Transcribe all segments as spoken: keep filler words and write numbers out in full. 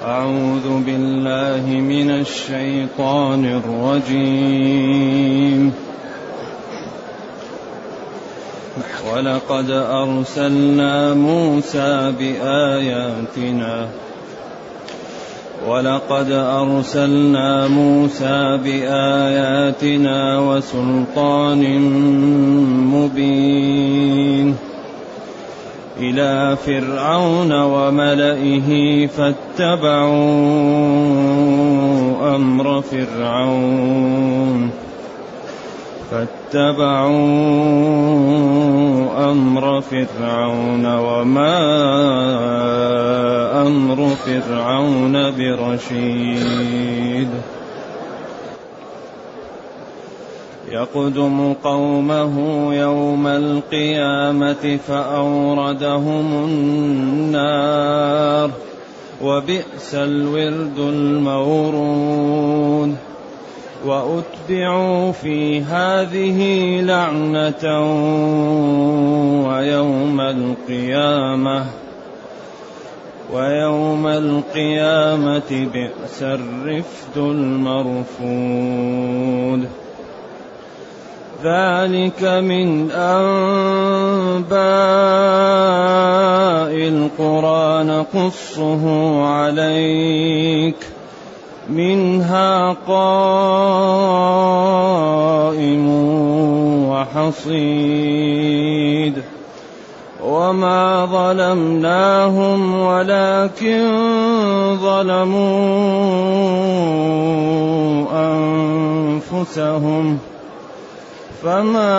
أعوذ بالله من الشيطان الرجيم. ولقد أرسلنا موسى بآياتنا ولقد أرسلنا موسى بآياتنا وسلطان مبين إلى فرعون وملئه فاتبعوا أمر فرعون فاتبعوا أمر فرعون وما أمر فرعون برشيد. يقدم قومه يوم القيامة فأوردهم النار وبئس الورد المورود. وأتبعوا في هذه لعنة ويوم القيامة ويوم القيامة بئس الرفد المرفود. ذلك من أنباء القرى نقصه عليك منها قائم وحصيد. وما ظلمناهم ولكن ظلموا أنفسهم فما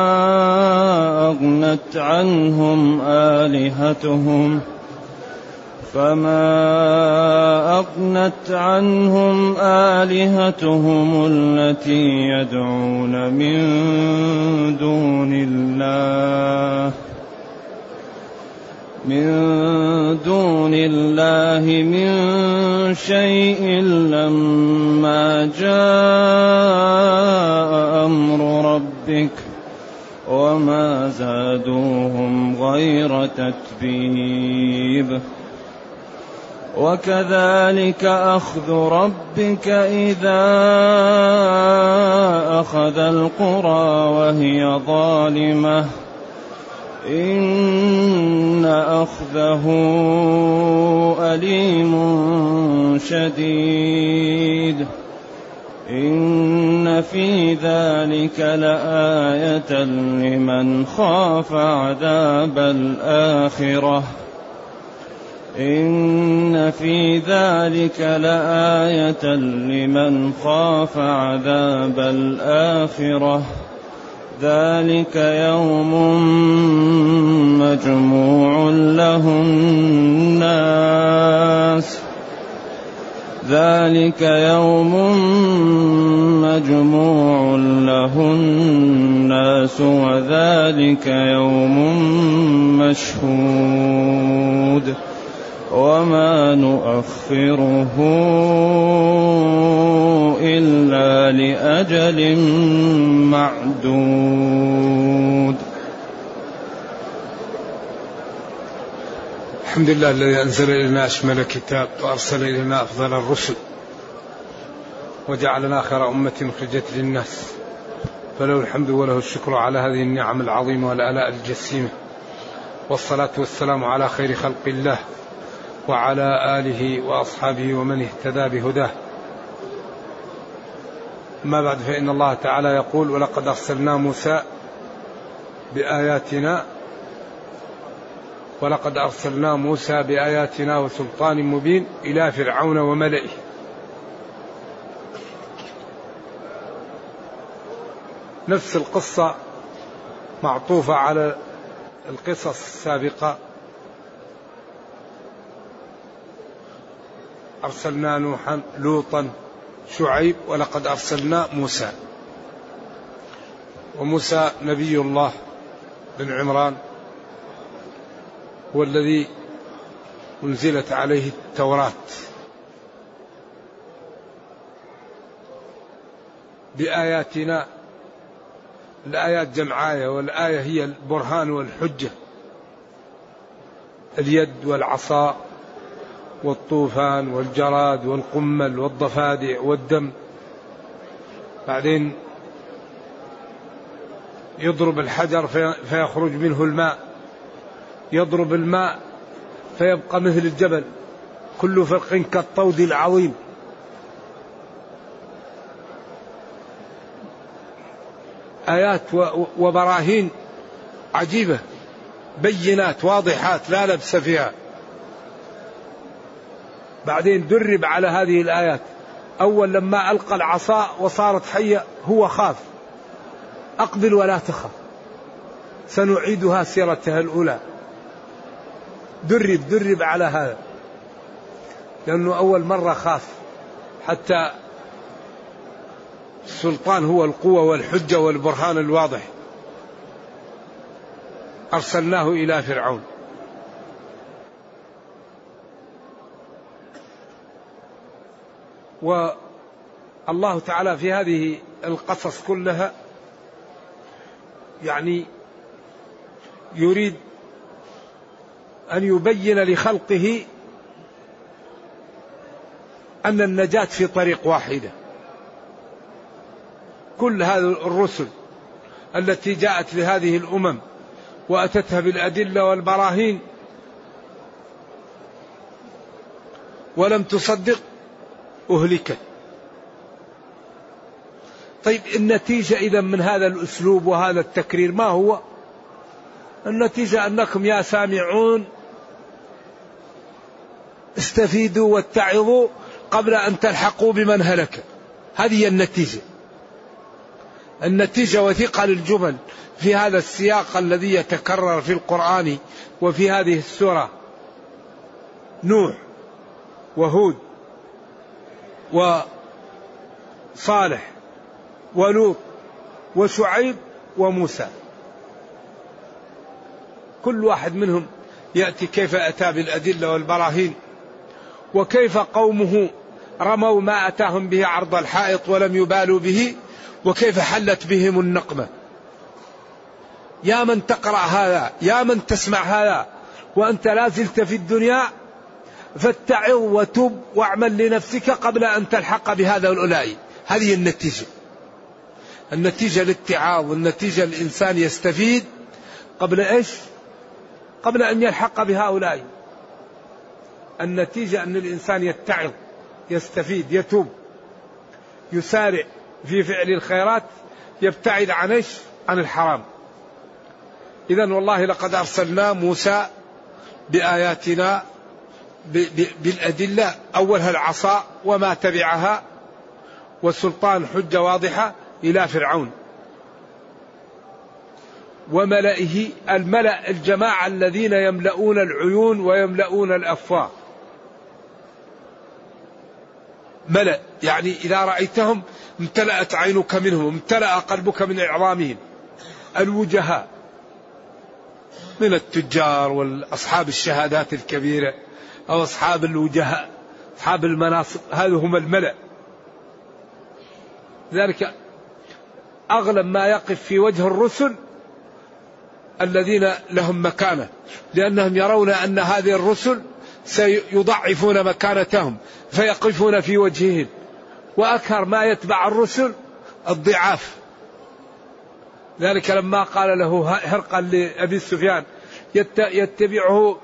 أغنت عنهم آلهتهم فما أغنت عنهم آلهتهم التي يدعون من دون الله من دون الله من شيء لما جاء أمر ربك وما زادوهم غير تتبيب. وكذلك أخذ ربك إذا أخذ القرى وهي ظالمة إن أخذه أليم شديد. إن في ذلك لآية لمن خاف عذاب الآخرة إن في ذلك لآية لمن خاف عذاب الآخرة. ذلك يوم مجموع له الناس ذلك يوم مجموع له الناس وذلك يوم مشهود وما نؤخره إلا لأجل معدود. الحمد لله الذي أنزل إلينا أشمل كتاب وأرسل إلينا أفضل الرسل وجعلنا خير أمة أخرجت للناس فله الحمد وله الشكر على هذه النعم العظيمة والآلاء الجسيمة. والصلاة والسلام على خير خلق الله وعلى آله وأصحابه ومن اهتدى بهداه. ما بعد فإن الله تعالى يقول ولقد أرسلنا موسى بآياتنا ولقد أرسلنا موسى بآياتنا وسلطان مبين إلى فرعون وملئه. نفس القصة معطوفة على القصص السابقة. أرسلنا نوحا لوطا شعيب ولقد أرسلنا موسى. وموسى نبي الله بن عمران هو الذي أنزلت عليه التوراة بآياتنا. الآيات جمع آية، والآية هي البرهان والحجة، اليد والعصا والطوفان والجراد والقمل والضفادع والدم. بعدين يضرب الحجر فيخرج منه الماء، يضرب الماء فيبقى مثل الجبل، كل فرق كالطود العظيم. آيات وبراهين عجيبة بينات واضحات لا لبس فيها. بعدين درب على هذه الآيات. أول لما ألقى العصا وصارت حية هو خاف، أقبل ولا تخف سنعيدها سيرتها الأولى. درب درب على هذا لأنه أول مرة خاف، حتى السلطان هو القوة والحجة والبرهان الواضح. أرسلناه إلى فرعون. والله تعالى في هذه القصص كلها يعني يريد أن يبين لخلقه أن النجاة في طريق واحدة. كل هذه الرسل التي جاءت لهذه الأمم وأتتها بالأدلة والبراهين ولم تصدق أهلكت. طيب النتيجة إذا من هذا الأسلوب وهذا التكرير ما هو؟ النتيجة أنكم يا سامعون استفيدوا واتعظوا قبل أن تلحقوا بمن هلك. هذه النتيجة. النتيجة وثيقة للجمل في هذا السياق الذي يتكرر في القرآن وفي هذه السورة. نوح وهود وصالح ولوط وشعيب وموسى، كل واحد منهم يأتي كيف أتى بالأدلة والبراهين، وكيف قومه رموا ما أتاهم به عرض الحائط ولم يبالوا به، وكيف حلت بهم النقمة. يا من تقرأ هذا، يا من تسمع هذا وأنت لا زلت في الدنيا، فاتعظ وتب واعمل لنفسك قبل أن تلحق بهذا الأولئك. هذه النتيجة. النتيجة الاتعاظ، والنتيجة الإنسان يستفيد قبل إيش؟ قبل أن يلحق بهؤلاء. النتيجة أن الإنسان يتعظ، يستفيد، يتوب، يسارع في فعل الخيرات، يبتعد عن إيش؟ عن الحرام. إذن والله لقد أرسلنا موسى بآياتنا بالأدلة، أولها العصا وما تبعها والسلطان حجة واضحة إلى فرعون وملئه. الملأ الجماعة الذين يملؤون العيون ويملؤون الأفواه. ملأ يعني إذا رأيتهم امتلأت عينك منهم، امتلأ قلبك من إعظامهم. الوجهاء من التجار والأصحاب الشهادات الكبيرة أو أصحاب الوجهاء، أصحاب المناصب، هذا هم الملأ. ذلك أغلب ما يقف في وجه الرسل الذين لهم مكانة، لأنهم يرون أن هذه الرسل سيضعفون مكانتهم فيقفون في وجههم. وأكثر ما يتبع الرسل الضعاف. ذلك لما قال له هرقل لأبي سفيان يتبعه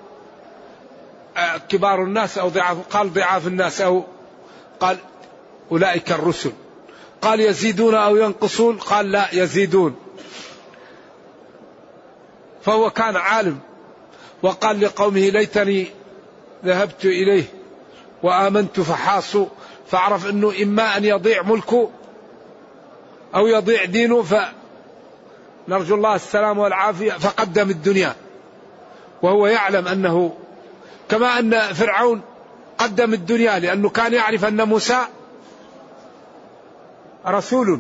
كبار الناس أو ضعاف، قال ضعاف الناس أو قال أولئك الرسل. قال يزيدون أو ينقصون؟ قال لا يزيدون. فهو كان عالم وقال لقومه ليتني ذهبت إليه وآمنت فحاصوا، فاعرف أنه إما أن يضيع ملكه أو يضيع دينه، فنرجو الله السلام والعافية، فقدم الدنيا وهو يعلم أنه كما أن فرعون قدم الدنيا لأنه كان يعرف أن موسى رسول،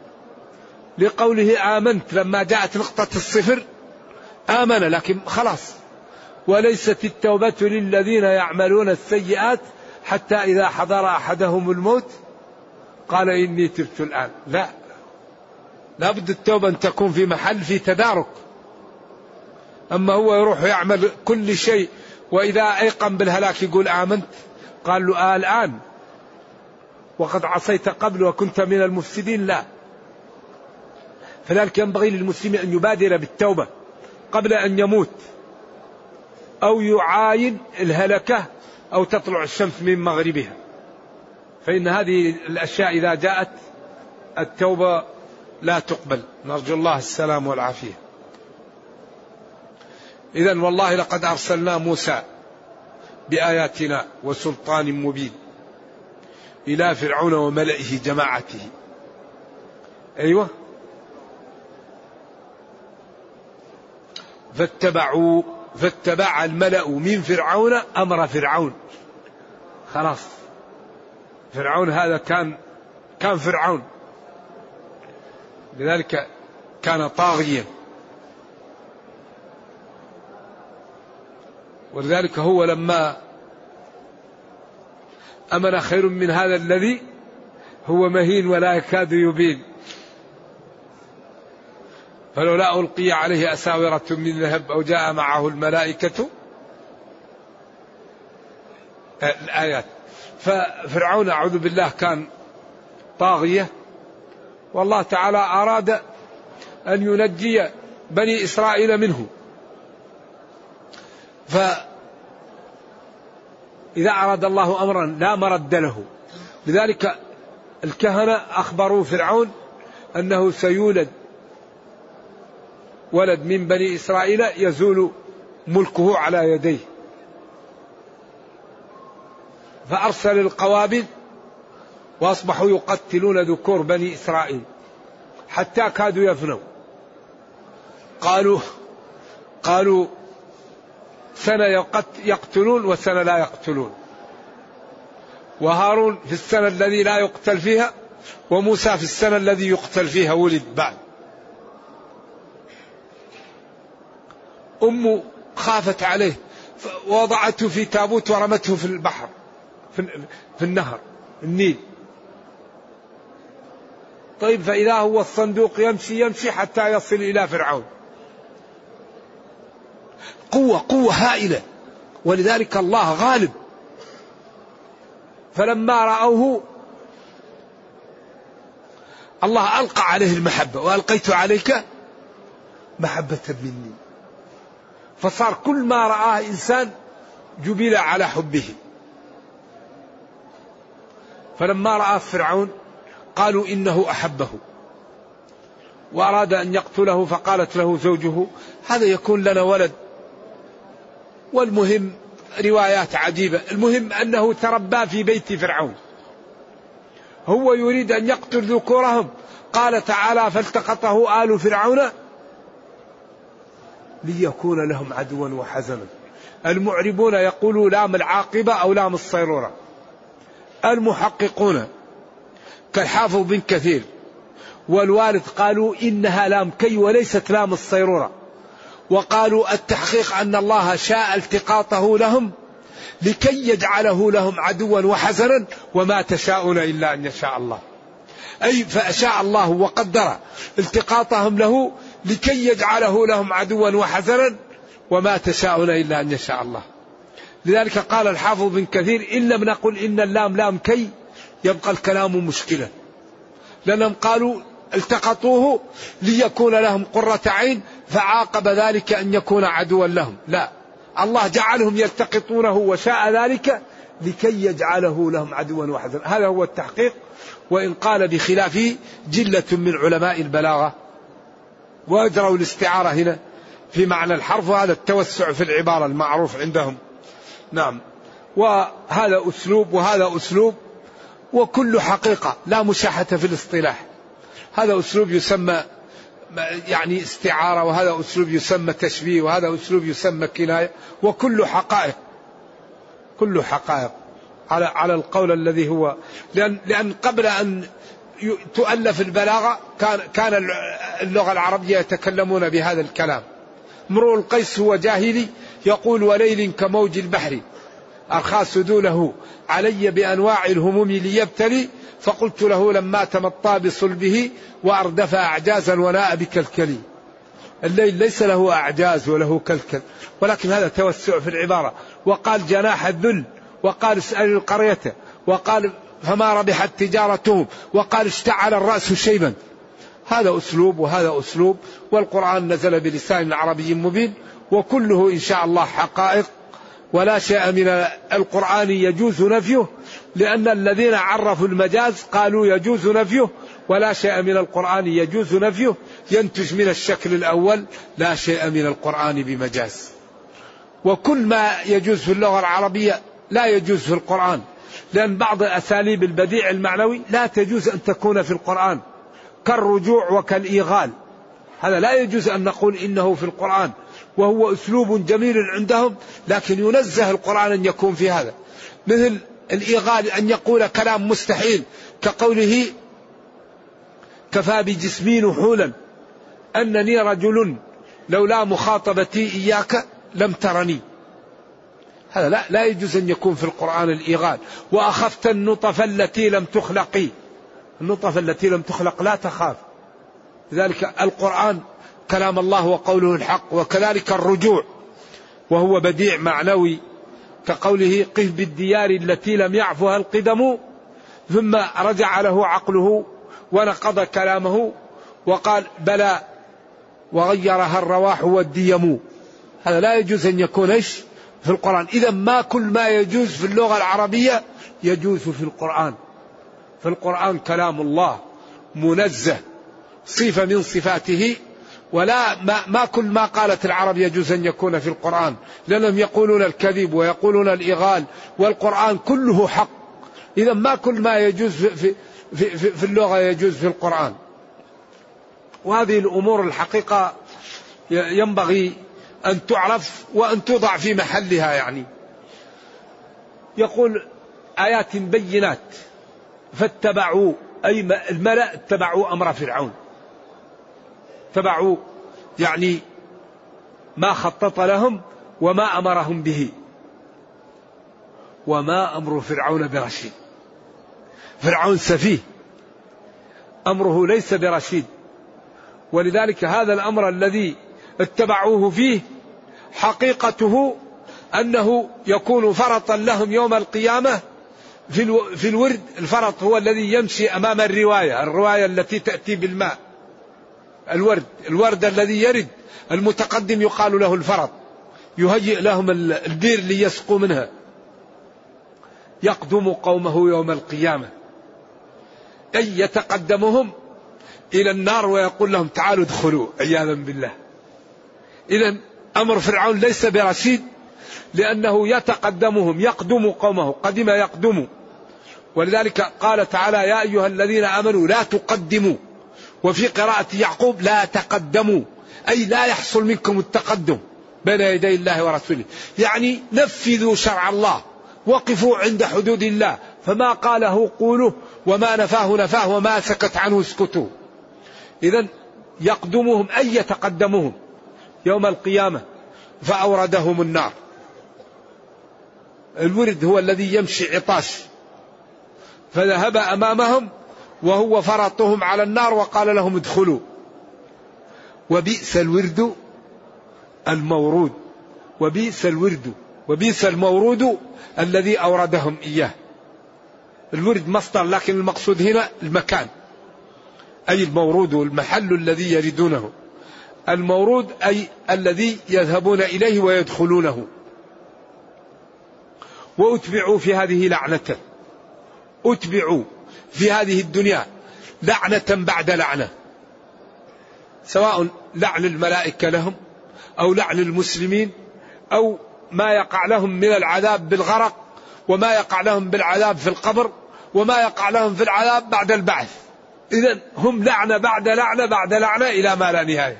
لقوله آمنت لما جاءت نقطة الصفر آمن، لكن خلاص. وليست التوبة للذين يعملون السيئات حتى إذا حضر أحدهم الموت قال إني تبت الآن. لا، لابد التوبة أن تكون في محل في تدارك. أما هو يروح يعمل كل شيء وإذا أيقن بالهلاك يقول آمنت، قال له آه الآن وقد عصيت قبل وكنت من المفسدين؟ لا. فذلك ينبغي للمسلم أن يبادر بالتوبة قبل أن يموت أو يعاين الهلكة أو تطلع الشمس من مغربها، فإن هذه الأشياء إذا جاءت التوبة لا تقبل. نرجو الله السلام والعافية. إذن والله لقد أرسلنا موسى بآياتنا وسلطان مبين إلى فرعون وملئه جماعته. أيوة. فاتبعوا فاتبع الملأ من فرعون أمر فرعون. خلاص فرعون هذا كان كان فرعون، لذلك كان طاغيا، ولذلك هو لما أمن خير من هذا الذي هو مهين ولا يكاد يبين. فلولا ألقي عليه أساورة من ذهب أو جاء معه الملائكة. الآيات. ففرعون أعوذ بالله كان طاغية، والله تعالى أراد أن ينجي بني إسرائيل منه. فإذا أراد الله أمرا لا مرد له، لذلك الكهنة أخبروا فرعون أنه سيولد ولد من بني إسرائيل يزول ملكه على يديه، فأرسل القوابل وأصبحوا يقتلون ذكور بني إسرائيل حتى كادوا يفنوا. قالوا قالوا سنة يقتلون وسنة لا يقتلون، وهارون في السنة الذي لا يقتل فيها وموسى في السنة الذي يقتل فيها ولد بعد. أمه خافت عليه ووضعته في تابوت ورمته في البحر في النهر النيل. طيب فإذا هو الصندوق يمشي يمشي حتى يصل إلى فرعون. قوة قوة هائلة، ولذلك الله غالب. فلما رأوه الله ألقى عليه المحبة، وألقيت عليك محبة مني، فصار كل ما رآه إنسان جبل على حبه. فلما رأى فرعون قالوا إنه أحبه وأراد أن يقتله، فقالت له زوجه هذا يكون لنا ولد. والمهم روايات عجيبة، المهم أنه تربى في بيت فرعون، هو يريد أن يقتل ذكورهم. قال تعالى فالتقطه آل فرعون ليكون لهم عدوا وحزنا. المعربون يقولوا لام العاقبة أو لام الصيرورة. المحققون كالحافظ بن كثير والوالد قالوا إنها لام كي وليست لام الصيرورة، وقالوا التحقيق أن الله شاء التقاطه لهم لكي يجعله لهم عدوا وحزنا، وما تشاءون إلا أن يشاء الله. أي فأشاء الله وقدر التقاطهم له لكي يجعله لهم عدوا وحزنا، وما تشاءون إلا أن يشاء الله. لذلك قال الحافظ بن كثير إن لم نقل إن اللام لام كي يبقى الكلام مشكلة، لأنهم قالوا التقطوه ليكون لهم قرة عين فعاقب ذلك أن يكون عدوا لهم. لا، الله جعلهم يلتقطونه وشاء ذلك لكي يجعله لهم عدوا وحزنا. هذا هو التحقيق، وإن قال بخلافه جلة من علماء البلاغة، وأجروا الاستعارة هنا في معنى الحرف، وهذا التوسع في العبارة المعروف عندهم. نعم، وهذا أسلوب وهذا أسلوب، وكل حقيقة لا مشاحة في الاصطلاح. هذا أسلوب يسمى يعني استعارة، وهذا أسلوب يسمى تشبيه، وهذا أسلوب يسمى كناية، وكل حقائق كل حقائق على على القول الذي هو لأن لأن قبل أن تؤلف البلاغة كان كان اللغة العربية يتكلمون بهذا الكلام. امرؤ القيس هو جاهلي يقول وليل كموج البحر أرخى سدوله علي بأنواع الهموم ليبتلي، فقلت له لما تمطى بصلبه وأردف أعجازا وناء بكلكلي. الليل ليس له أعجاز وله كلكل، ولكن هذا توسع في العبارة. وقال جناح الذل وقال اسأل القرية، وقال فما ربحت تجارتهم، وقال اشتعل الرأس شيبا. هذا أسلوب وهذا أسلوب، والقرآن نزل بلسان عربي مبين، وكله إن شاء الله حقائق، ولا شيء من القرآن يجوز نفيه، لأن الذين عرفوا المجاز قالوا يجوز نفيه، ولا شيء من القرآن يجوز نفيه، ينتج من الشكل الأول لا شيء من القرآن بمجاز. وكل ما يجوز في اللغة العربية لا يجوز في القرآن، لأن بعض أساليب البديع المعنوي لا تجوز أن تكون في القرآن، كالرجوع وكالإيغال، هذا لا يجوز أن نقول إنه في القرآن، وهو أسلوب جميل عندهم، لكن ينزه القرآن أن يكون في هذا. مثل الإيغال أن يقول كلام مستحيل، كقوله كفى بجسمي نحولا أنني رجل لولا مخاطبتي إياك لم ترني. هذا لا, لا يجوز أن يكون في القرآن الإيغال. وأخفت النطف التي لم تخلقي، النطف التي لم تخلق لا تخاف. لذلك القرآن كلام الله وقوله الحق. وكذلك الرجوع وهو بديع معنوي، كقوله قف بالديار التي لم يعفها القدم، ثم رجع له عقله ونقض كلامه وقال بلى وغيرها الرواح والديم. هذا لا يجوز أن يكون إيش في القرآن. إذا ما كل ما يجوز في اللغة العربية يجوز في القرآن. في القرآن كلام الله منزه، صفة من صفاته، ولا ما, ما كل ما قالت العرب يجوز أن يكون في القرآن، لأنهم يقولون الكذب ويقولون الإغال، والقرآن كله حق. إذا ما كل ما يجوز في, في, في, في اللغة يجوز في القرآن. وهذه الأمور الحقيقة ينبغي أن تعرف وأن توضع في محلها. يعني يقول آيات بينات فاتبعوا، أي الملأ اتبعوا أمر فرعون، اتبعوا يعني ما خطط لهم وما أمرهم به. وما أمر فرعون برشيد، فرعون سفيه، أمره ليس برشيد. ولذلك هذا الأمر الذي اتبعوه فيه حقيقته أنه يكون فرطا لهم يوم القيامة في الورد. الفرط هو الذي يمشي أمام الرواية، الرواية التي تأتي بالماء، الورد الورد الذي يرد المتقدم يقال له الفرط، يهيئ لهم البير ليسقوا منها. يقدم قومه يوم القيامة، أي يتقدمهم إلى النار ويقول لهم تعالوا ادخلوا عياذا بالله. إذن أمر فرعون ليس برشيد، لأنه يتقدمهم، يقدم قومه، قدم يقدم. ولذلك قال تعالى يا أيها الذين آمنوا لا تقدموا، وفي قراءة يعقوب لا تقدموا، أي لا يحصل منكم التقدم بين يدي الله ورسوله. يعني نفذوا شرع الله، وقفوا عند حدود الله، فما قاله قولوا وما نفاه نفاه وما سكت عنه اسكتوا. إذن يقدمهم أي يتقدمهم يوم القيامة فأوردهم النار. الورد هو الذي يمشي عطاش، فذهب أمامهم وهو فرطهم على النار وقال لهم ادخلوا. وبئس الورد المورود، وبئس الورد وبئس المورود الذي أوردهم إياه. الورد مصدر، لكن المقصود هنا المكان، أي المورود المحل الذي يردونه. المورود أي الذي يذهبون إليه ويدخلونه. وأتبعوا في هذه لعنة، أتبعوا في هذه الدنيا لعنة بعد لعنة، سواء لعن الملائكة لهم أو لعن المسلمين أو ما يقع لهم من العذاب بالغرق، وما يقع لهم بالعذاب في القبر، وما يقع لهم في العذاب بعد البعث. إذن هم لعنة بعد لعنة بعد لعنة إلى ما لا نهاية.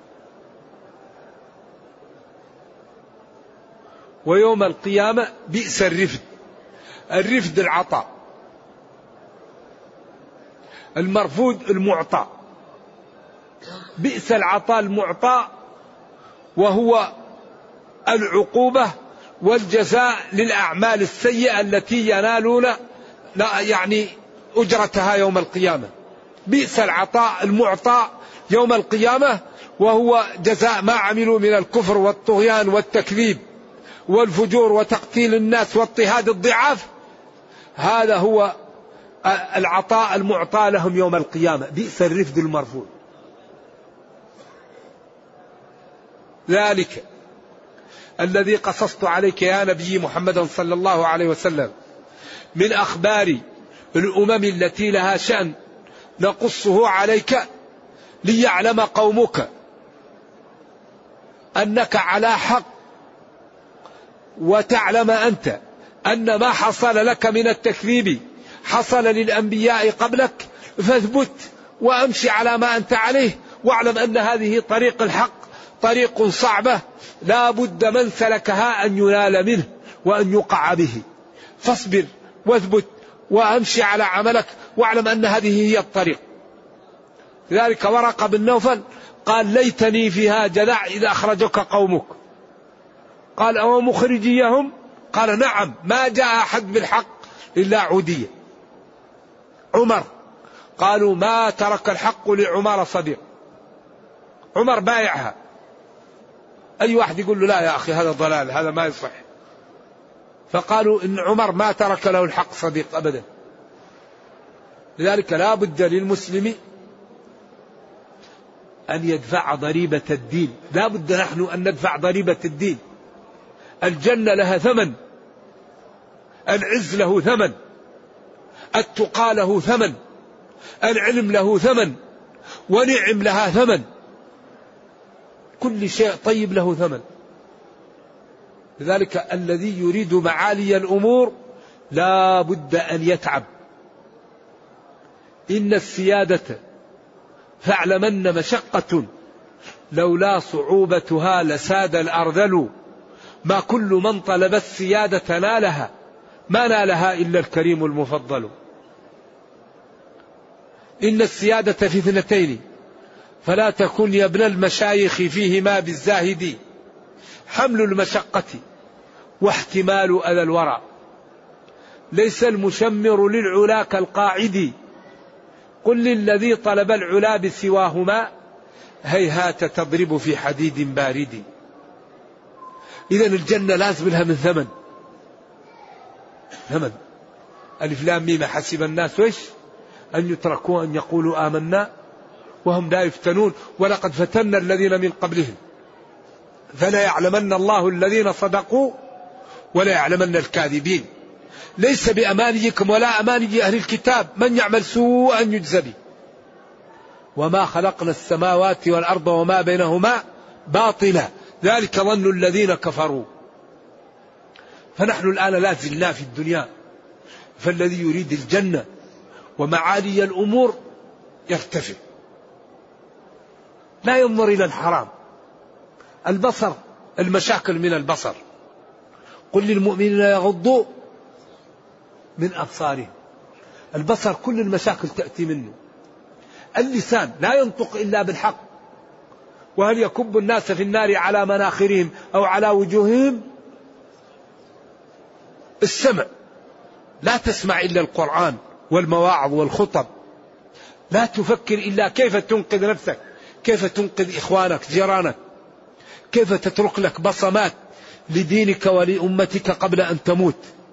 ويوم القيامة بئس الرفد، الرفد العطاء، المرفوض المعطى. بئس العطاء المعطى، وهو العقوبة والجزاء للأعمال السيئة التي ينالون لا يعني أجرتها يوم القيامة. بئس العطاء المعطى يوم القيامة، وهو جزاء ما عملوا من الكفر والطغيان والتكذيب والفجور وتقتيل الناس واضطهاد الضعاف، هذا هو العطاء المعطى لهم يوم القيامة. بئس الرفد المرفوض. ذلك الذي قصصت عليك يا نبي محمد صلى الله عليه وسلم من أخبار الأمم التي لها شأن نقصه عليك ليعلم قومك أنك على حق، وتعلم أنت أن ما حصل لك من التكذيب حصل للأنبياء قبلك، فاثبت وأمشي على ما أنت عليه، واعلم أن هذه طريق الحق، طريق صعبة لا بد من سلكها أن ينال منه وأن يقع به، فاصبر واثبت وأمشي على عملك، واعلم أن هذه هي الطريق. لذلك ورقة بن نوفل قال ليتني فيها جذع إذا أخرجك قومك. قال أو مخرجيهم؟ قال نعم، ما جاء أحد بالحق إلا عودية. عمر قالوا ما ترك الحق لعمر صديق، عمر بايعها. أي واحد يقول له لا يا أخي هذا ضلال، هذا ما يصح، فقالوا إن عمر ما ترك له الحق صديق أبدا. لذلك لا بد للمسلم أن يدفع ضريبة الدين، لا بد نحن أن ندفع ضريبة الدين. الجنة لها ثمن، العز له ثمن، التقى له ثمن، العلم له ثمن، ونعم لها ثمن، كل شيء طيب له ثمن. لذلك الذي يريد معالي الأمور لا بد أن يتعب. إن السيادة فاعلمن مشقة لولا صعوبتها لساد الأرذل، ما كل من طلب السيادة نالها، ما نالها إلا الكريم المفضل. إن السيادة في اثنتين فلا تكن يا ابن المشايخ فيهما بالزاهد، حمل المشقة واحتمال أذى الورى، ليس المشمر للعلا كالقاعد، قل للذي طلب العلا بسواهما هيهات تضرب في حديد بارد. إذن الجنة لازم لها من ثمن، ثمن. ألف لام ميم حسب الناس وإيش أن يتركوا أن يقولوا آمنا وهم لا يفتنون ولقد فتنا الذين من قبلهم فلا يعلمن الله الذين صدقوا ولا يعلمن الكاذبين. ليس بأمانيكم ولا أماني أهل الكتاب، من يعمل سوءا يجزى به، وما خلقنا السماوات والأرض وما بينهما باطلا، ذلك ظن الذين كفروا. فنحن الآن لا زلنا في الدنيا، فالذي يريد الجنة ومعالي الأمور يرتفع، لا ينظر إلى الحرام. البصر، المشاكل من البصر، قل للمؤمنين يغضوا من أبصارهم. البصر كل المشاكل تأتي منه. اللسان لا ينطق إلا بالحق، وهل يكب الناس في النار على مناخرهم أو على وجوههم؟ السمع، لا تسمع إلا القرآن والمواعظ والخطب، لا تفكر إلا كيف تنقذ نفسك، كيف تنقذ إخوانك جيرانك، كيف تترك لك بصمات لدينك ولأمتك قبل أن تموت.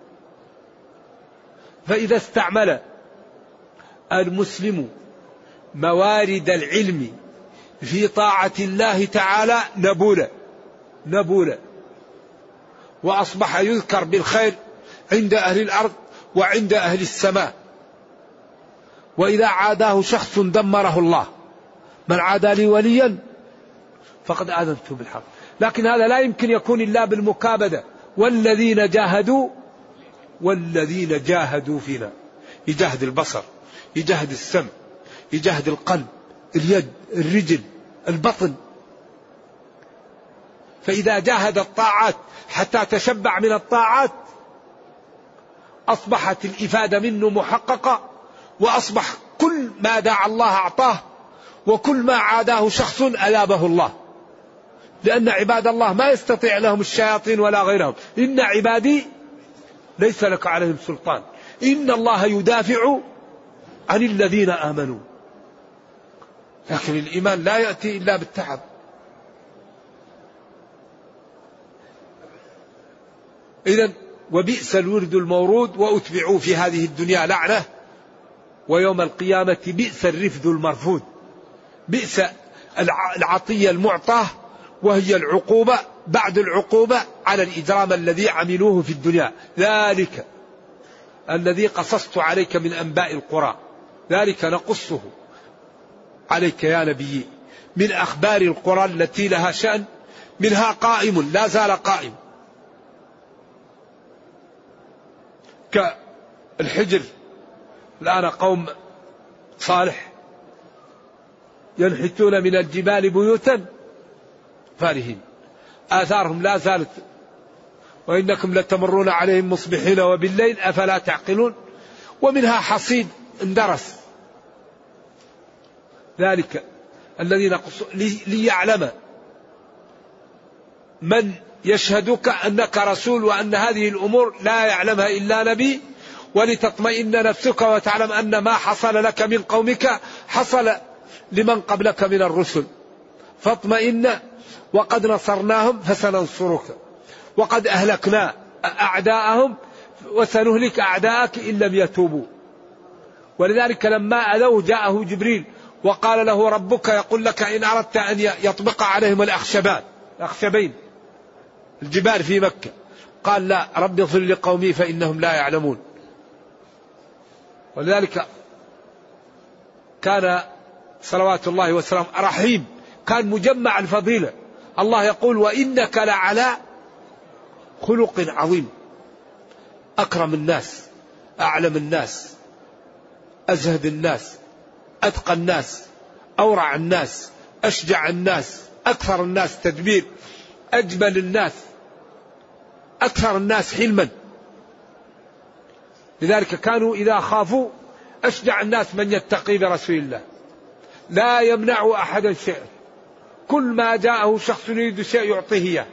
فإذا استعمل المسلم موارد العلم في طاعة الله تعالى نبولا نبولا، وأصبح يذكر بالخير عند أهل الأرض وعند أهل السماء. وإذا عاداه شخص دمره الله، من عادى لي وليا فقد آذنته بالحرب. لكن هذا لا يمكن يكون إلا بالمكابدة، والذين جاهدوا والذين جاهدوا فينا. يجاهد البصر، يجاهد السمع، يجاهد القلب، اليد، الرجل، البطن. فإذا جاهد الطاعات حتى تشبع من الطاعات أصبحت الإفادة منه محققة، وأصبح كل ما دعا الله أعطاه، وكل ما عاداه شخص أذابه الله. لأن عباد الله ما يستطيع لهم الشياطين ولا غيرهم. إن عبادي ليس لك عليهم سلطان، إن الله يدافع عن الذين آمنوا. لكن الإيمان لا يأتي إلا بالتعب. إذن وبئس الورد المورود وأتبعوا في هذه الدنيا لعنة ويوم القيامة بئس الرفد المرفود. بئس العطية المعطاة وهي العقوبة بعد العقوبة على الإجرام الذي عملوه في الدنيا. ذلك الذي قصصت عليك من أنباء القرى ذلك نقصه عليك يا نبي من أخبار القرى التي لها شأن منها قائم لا زال قائم كالحجر. الآن قوم صالح ينحتون من الجبال بيوتا فارهين آثارهم لا زالت وإنكم لتمرون عليهم مصبحين وبالليل أفلا تعقلون. ومنها حصيد اندرس. ذلك الذي نقص ليعلم من يشهدك أنك رسول وأن هذه الأمور لا يعلمها إلا نبي ولتطمئن نفسك وتعلم أن ما حصل لك من قومك حصل لمن قبلك من الرسل فاطمئن وقد نصرناهم فسننصرك وقد أهلكنا أعداءهم وسنهلك أعداءك إن لم يتوبوا. ولذلك لما أذوه جاءه جبريل وقال له ربك يقول لك إن أردت أن يطبق عليهم الأخشبان الأخشبين الجبال في مكة قال لا رب اغفر لقومي فإنهم لا يعلمون. ولذلك كان صلوات الله وسلامه رحيم كان مجمع الفضيلة. الله يقول وإنك لعلى خلق عظيم. أكرم الناس أعلم الناس أزهد الناس أتقى الناس أورع الناس أشجع الناس أكثر الناس تدبير أجمل الناس أكثر الناس حلما. لذلك كانوا إذا خافوا أشجع الناس من يتقي برسول الله لا يمنع أحدا شيئا كل ما جاءه شخص يريد شيء يعطيه إياه.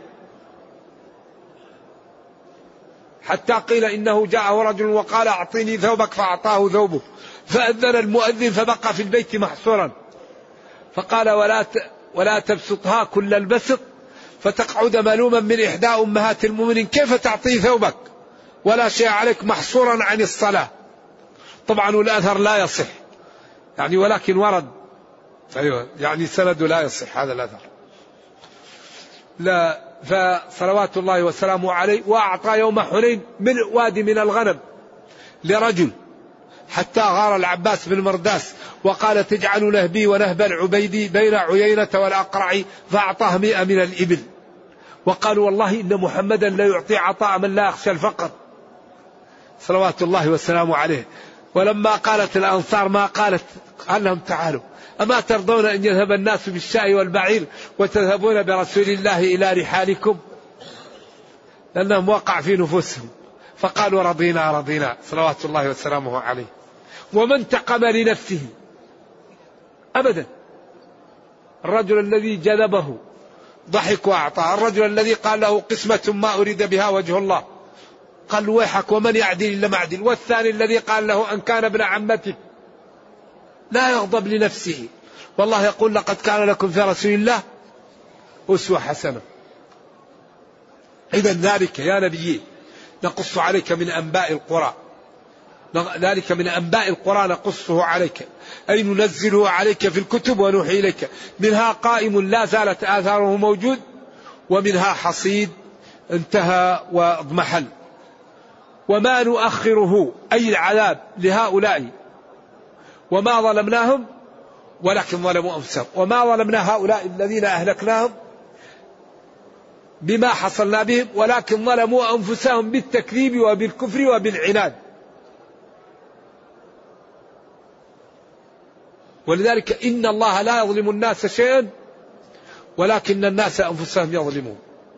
حتى قيل إنه جاءه رجل وقال أعطيني ثوبك فأعطاه ثوبه فأذن المؤذن فبقى في البيت محصورا فقال ولا ولا تبسطها كل البسط فتقعد ملوما من إحدى أمهات المؤمنين كيف تعطيه ثوبك ولا شيء عليك محصورا عن الصلاة. طبعا الأثر لا يصح يعني ولكن ورد أيوة يعني سند لا يصح هذا الأثر لا. فصلوات الله وسلامه عليه وأعطى يوم حنين من وادي من الغنم لرجل حتى غار العباس بن مرداس وقال تجعل نهبي ونهب العبيدي بين عيينة والأقرع فأعطاه مئة من الإبل. وقالوا والله إن محمدا لا يعطي عطاء من لا يخشى الفقر صلوات الله وسلامه عليه. ولما قالت الأنصار ما قالت قال لهم تعالوا أما ترضون أن يذهب الناس بالشاء والبعير وتذهبون برسول الله إلى رحالكم لأنهم وقع في نفوسهم فقالوا رضينا رضينا صلوات الله وسلامه عليه. وما انتقم لنفسه أبدا. الرجل الذي جذبه ضحك وأعطاه. الرجل الذي قال له قسمة ما أريد بها وجه الله قال ويحك ومن يعدل إلا معدل. والثاني الذي قال له أن كان ابن عمته لا يغضب لنفسه. والله يقول لقد كان لكم في رسول الله أسوة حسنة. إذن ذلك يا نبي نقص عليك من أنباء القرى ذلك من أنباء القرى نقصه عليك أي ننزله عليك في الكتب ونوحي إليك. منها قائم لا زالت آثاره موجود ومنها حصيد انتهى واضمحل. وما نؤخره أي العذاب لهؤلاء وما ظلمناهم ولكن ظلموا أنفسهم. وما ظلمنا هؤلاء الذين أهلكناهم بما حصلنا بهم ولكن ظلموا أنفسهم بالتكذيب وبالكفر وبالعناد. ولذلك إن الله لا يظلم الناس شيئا ولكن الناس أنفسهم يظلمون.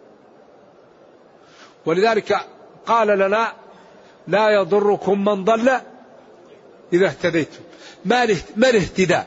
ولذلك قال لنا لا يضركم من ضل إذا اهتديتم. ما الاهتداء؟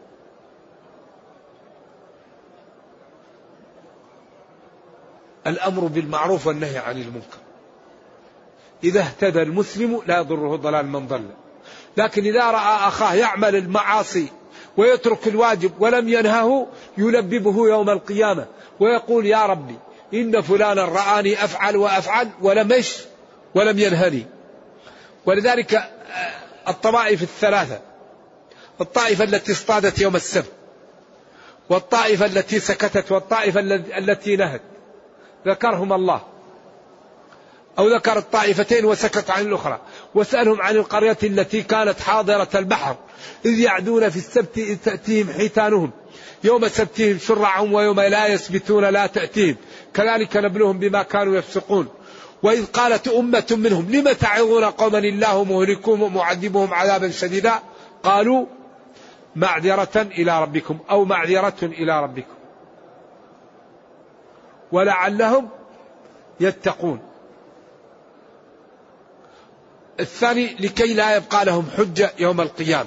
الأمر بالمعروف والنهي عن المنكر. إذا اهتدى المسلم لا يضره ضلال من ضل. لكن إذا رأى أخاه يعمل المعاصي ويترك الواجب ولم ينهه يلببه يوم القيامة ويقول يا ربي إن فلانا رآني أفعل وأفعل ولم إيش ولم ينهني. ولذلك الطوائف الثلاثة، الطائفة التي اصطادت يوم السبت، والطائفة التي سكتت، والطائفة التي نهت، ذكرهم الله، أو ذكر الطائفتين وسكت عن الأخرى. وسألهم عن القرية التي كانت حاضرة البحر إذ يعدون في السبت إذ تأتيهم حيتانهم يوم سبتهم شرعا ويوم لا يسبتون لا تأتيهم كذلك نبلوهم بما كانوا يفسقون. وإذ قالت أمة منهم لم تعظون قوما الله مهلكهم ومعذبهم عذابا شديدا قالوا معذرة إلى ربكم أو معذرة إلى ربكم ولعلهم يتقون. الثاني لكي لا يبقى لهم حجة يوم القيامة.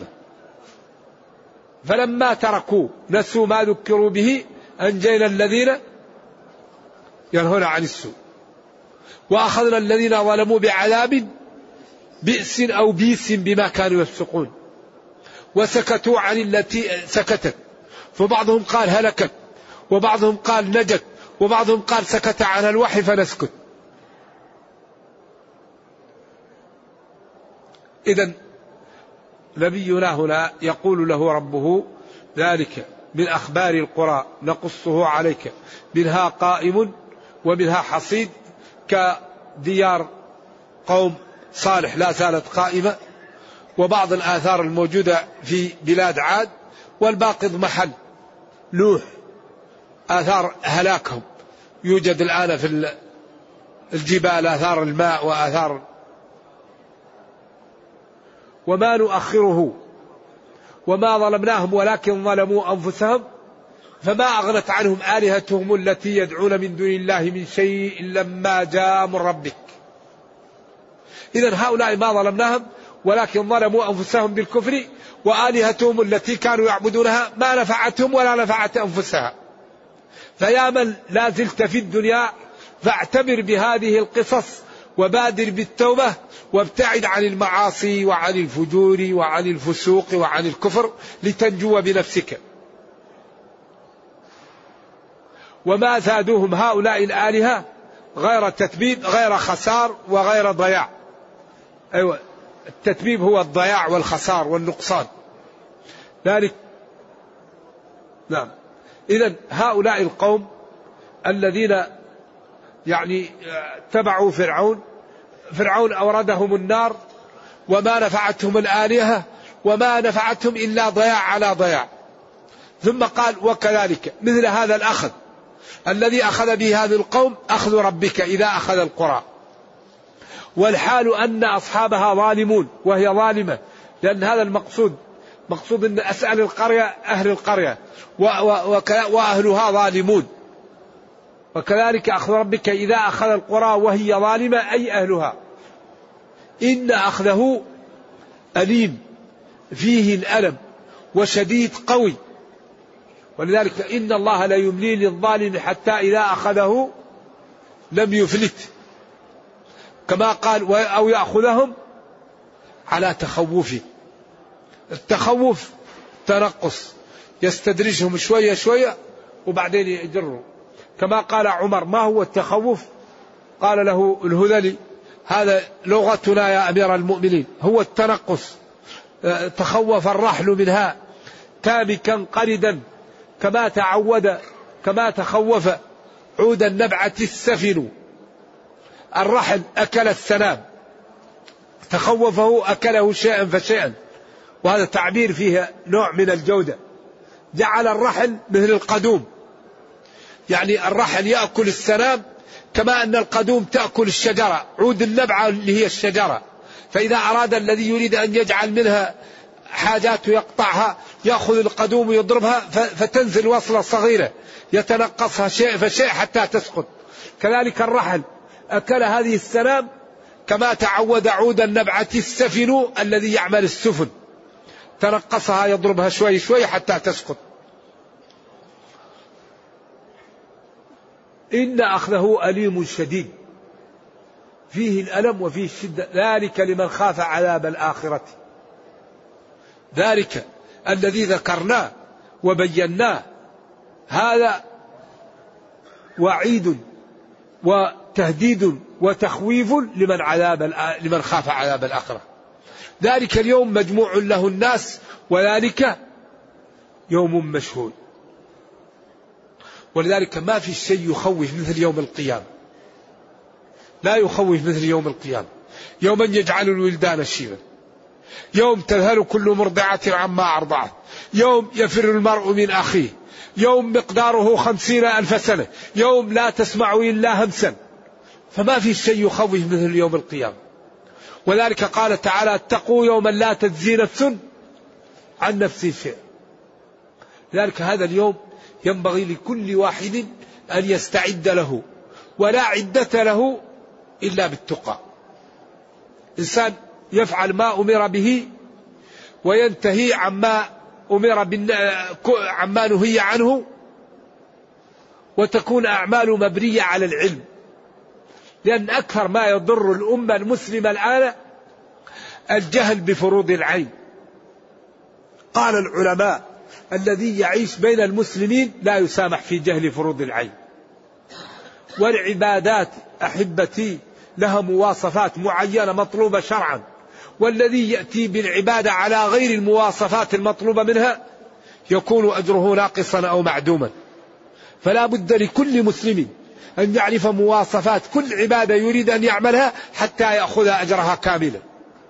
فلما تركوا نسوا ما ذكروا به أنجينا الذين ينهون عن السوء وأخذنا الذين ظلموا بعذاب بئس أو بيس بما كانوا يفسقون. وسكتوا عن التي سكتت، فبعضهم قال هلكت، وبعضهم قال نجت، وبعضهم قال سكت عن الوحي فنسكت. إذن نبينا هنا يقول له ربه ذلك من أخبار القرى نقصه عليك منها قائم ومنها حصيد، كديار قوم صالح لا زالت قائمة، وبعض الآثار الموجودة في بلاد عاد، والباقي محل لوح آثار هلاكهم يوجد الآن في الجبال آثار الماء وآثار. وما نؤخره وما ظلمناهم ولكن ظلموا أنفسهم فما أغنت عنهم آلهتهم التي يدعون من دون الله من شيء لما جاء من ربك. إذن هؤلاء ما ظلمناهم ولكن ظلموا أنفسهم بالكفر، وآلهتهم التي كانوا يعبدونها ما نفعتهم ولا نفعت أنفسها. فيا من لا زلت في الدنيا فاعتبر بهذه القصص وبادر بالتوبة وابتعد عن المعاصي وعن الفجور وعن الفسوق وعن الكفر لتنجو بنفسك. وما زادوهم هؤلاء الآلهة غير تتبيب، غير خسار وغير ضياع. أيوة، التتبيب هو الضياع والخسار والنقصان ذلك. نعم. إذن هؤلاء القوم الذين يعني تبعوا فرعون، فرعون أوردهم النار وما نفعتهم الآلهة وما نفعتهم إلا ضياع على ضياع. ثم قال وكذلك مثل هذا الأخذ الذي أخذ به هذا القوم أخذ ربك إذا أخذ القرى، والحال أن أصحابها ظالمون وهي ظالمة، لأن هذا المقصود مقصود أن أسأل القرية أهل القرية وأهلها ظالمون. وكذلك أخذ ربك إذا أخذ القرى وهي ظالمة أي أهلها إن أخذه أليم فيه الألم وشديد قوي. ولذلك إن الله لا يملي للظالم حتى إذا أخذه لم يفلت، كما قال أو يأخذهم على تخوفه. التخوف تنقص يستدرجهم شوية شوية وبعدين يجروا، كما قال عمر ما هو التخوف؟ قال له الهذلي هذا لغتنا يا أمير المؤمنين، هو التنقص. تخوف الرحل منها تامكا قردا كما تعود كما تخوف عود النبعة السفن. الرحل أكل السنام، تخوفه أكله شيئا فشيئا، وهذا تعبير فيه نوع من الجودة. جعل الرحل مثل القدوم، يعني الرحل يأكل السنام كما أن القدوم تأكل الشجرة، عود النبعة اللي هي الشجرة. فإذا أراد الذي يريد أن يجعل منها حاجات يقطعها يأخذ القدوم ويضربها فتنزل وصلة صغيرة يتنقصها شيء فشيء حتى تسقط. كذلك الرحل أكل هذه السنام كما تعود عود النبعة السفن الذي يعمل السفن، تنقصها يضربها شوي شوي حتى تسقط. إن أخذه أليم شديد، فيه الألم وفيه الشدة، ذلك لمن خاف عذاب الآخرة. ذلك الذي ذكرناه وبيناه هذا وعيد وتهديد وتخويف لمن عذاب لمن خاف عذاب الآخرة. ذلك اليوم مجموع له الناس وذلك يوم مشهود. ولذلك ما في شيء يخوف مثل يوم القيامة، لا يخوف مثل يوم القيامة. يوم يجعل الولدان شيبا، يوم تذهل كل مرضعة عما أرضعت، يوم يفر المرء من أخيه، يوم مقداره خمسين ألف سنة، يوم لا تسمع إلا همسا. فما في شيء يخوف مثل يوم القيامة. وذلك قال تعالى: اتقوا يوما لا تجزي نفس عن نفس شيء. لذلك هذا اليوم ينبغي لكل واحد أن يستعد له، ولا عدة له إلا بالتقى. إنسان يفعل ما أمر به وينتهي عما أمر عما نهي عنه، وتكون أعماله مبنية على العلم. لأن أكثر ما يضر الأمة المسلمة الآن الجهل بفروض العين. قال العلماء: الذي يعيش بين المسلمين لا يسامح في جهل فروض العين. والعبادات أحبتي لها مواصفات معينة مطلوبة شرعا، والذي يأتي بالعبادة على غير المواصفات المطلوبة منها يكون أجره ناقصا أو معدوما. فلا بد لكل مسلم أن يعرف مواصفات كل عبادة يريد أن يعملها حتى يأخذ أجرها كاملا.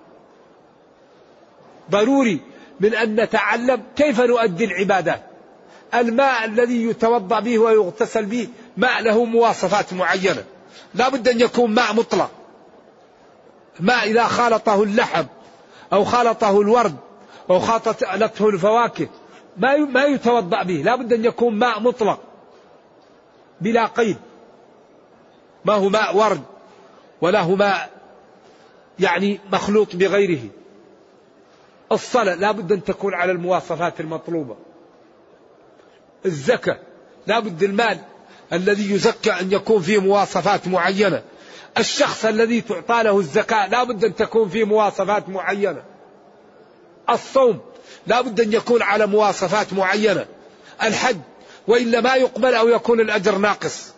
ضروري من أن نتعلم كيف نؤدي العبادات. الماء الذي يتوضأ به ويغتسل به ماء له مواصفات معينة، لا بد أن يكون ماء مطلق. ماء إذا خالطه اللحم أو خالطه الورد أو خالطته الفواكه ما ما يتوضأ به، لا بد أن يكون ماء مطلق بلا قيد. ما هو ماء ورد ولا هو ماء يعني مخلوط بغيره. الصلاة لا بد أن تكون على المواصفات المطلوبة. الزكاة لا بد المال الذي يزكى أن يكون فيه مواصفات معينة. الشخص الذي تعطى له الزكاة لا بد أن تكون فيه مواصفات معينة. الصوم لا بد أن يكون على مواصفات معينة. الحج وإلا ما يقبل أو يكون الأجر ناقص.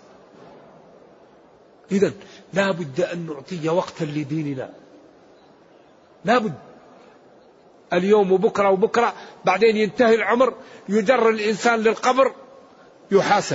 إذن لا بد أن نعطي وقتا لديننا، لا بد. اليوم وبكرة وبكرة بعدين ينتهي العمر، يجر الإنسان للقبر يحاسب،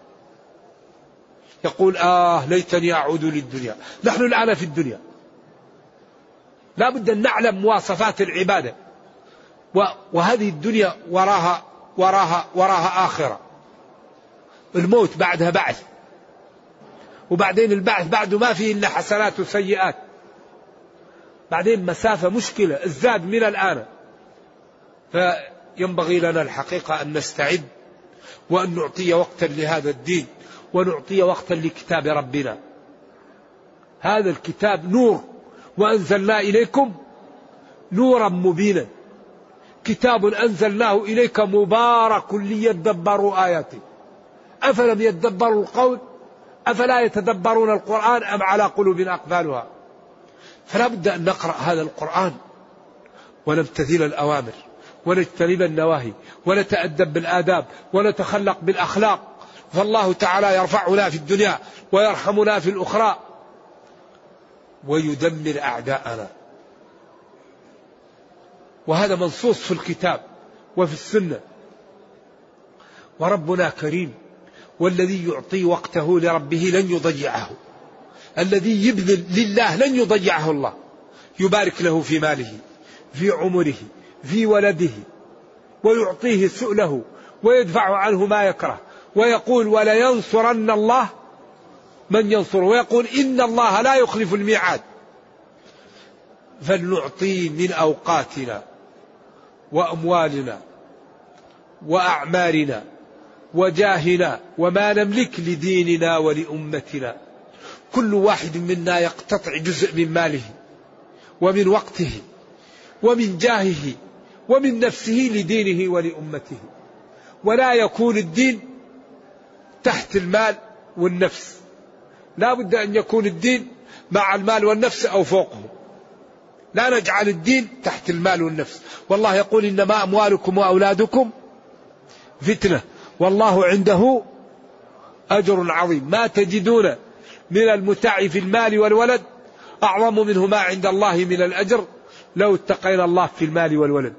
يقول: آه ليتني أعود للدنيا. نحن الآن في الدنيا، لا بد أن نعلم مواصفات العبادة. وهذه الدنيا وراها وراها وراها آخرة. الموت بعدها بعث، وبعدين البعث بعده ما فيه إلا حسنات وسيئات. بعدين مسافة مشكلة الزاد من الآن. فينبغي لنا الحقيقة أن نستعد وأن نعطي وقتا لهذا الدين، ونعطي وقتا لكتاب ربنا. هذا الكتاب نور، وأنزلنا إليكم نورا مبينا. كتاب أنزلناه إليك مبارك ليدبروا آياته أفلم يدبروا القول أفلا يتدبرون القرآن أم على قلوب أقفالها. فلا بد أن نقرأ هذا القرآن ونمتثل الأوامر ونجتنب النواهي ونتأدب بالآداب ونتخلق بالأخلاق. فالله تعالى يرفعنا في الدنيا ويرحمنا في الأخرى ويدمر أعداءنا. وهذا منصوص في الكتاب وفي السنة. وربنا كريم، والذي يعطي وقته لربه لن يضيعه. الذي يبذل لله لن يضيعه الله. يبارك له في ماله، في عمره، في ولده، ويعطيه سؤله ويدفع عنه ما يكره، ويقول: ولينصرن الله من ينصره، ويقول: إن الله لا يخلف الميعاد. فلنعطي من أوقاتنا وأموالنا وأعمارنا وجاهنا وما نملك لديننا ولأمتنا. كل واحد منا يقتطع جزء من ماله ومن وقته ومن جاهه ومن نفسه لدينه ولأمته. ولا يكون الدين تحت المال والنفس، لا بد أن يكون الدين مع المال والنفس أو فوقه. لا نجعل الدين تحت المال والنفس. والله يقول: إنما أموالكم وأولادكم فتنة والله عنده أجر عظيم. ما تجدون من المتاع في المال والولد أعظم منه ما عند الله من الأجر لو اتقينا الله في المال والولد.